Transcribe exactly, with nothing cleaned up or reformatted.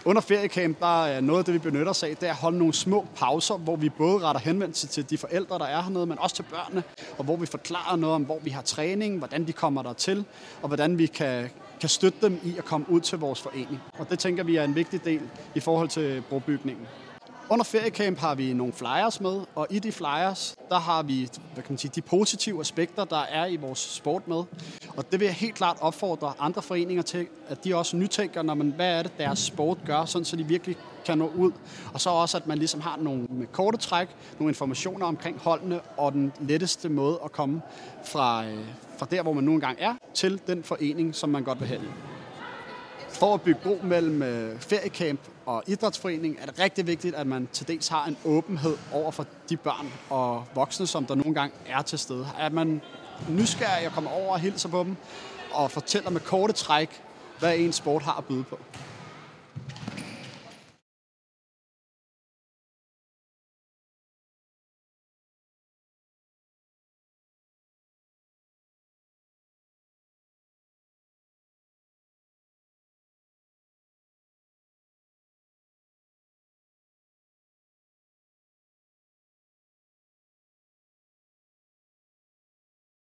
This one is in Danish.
Under feriecamp, der er noget af det, vi benytter os af, det er at holde nogle små pauser, hvor vi både retter henvendelse til de forældre, der er hernede, men også til børnene, og hvor vi forklarer noget om, hvor vi har træning, hvordan de kommer der til, og hvordan vi kan, kan støtte dem i at komme ud til vores forening. Og det tænker vi er en vigtig del i forhold til brobygningen. Under feriecamp har vi nogle flyers med, og i de flyers, der har vi hvad kan man sige, de positive aspekter, der er i vores sport med. Og det vil jeg helt klart opfordre andre foreninger til, at de også nytænker, når man, hvad er det, deres sport gør, sådan så de virkelig kan nå ud. Og så også, at man ligesom har nogle med korte træk, nogle informationer omkring holdene, og den letteste måde at komme fra, fra der, hvor man nu engang er, til den forening, som man godt vil have i. For at bygge bro mellem feriecamp og idrætsforening er det rigtig vigtigt, at man til dels har en åbenhed over for de børn og voksne, som der nogle gange er til stede. At man nysgerrig og kommer over og hilser på dem og fortæller med korte træk, hvad ens sport har at byde på.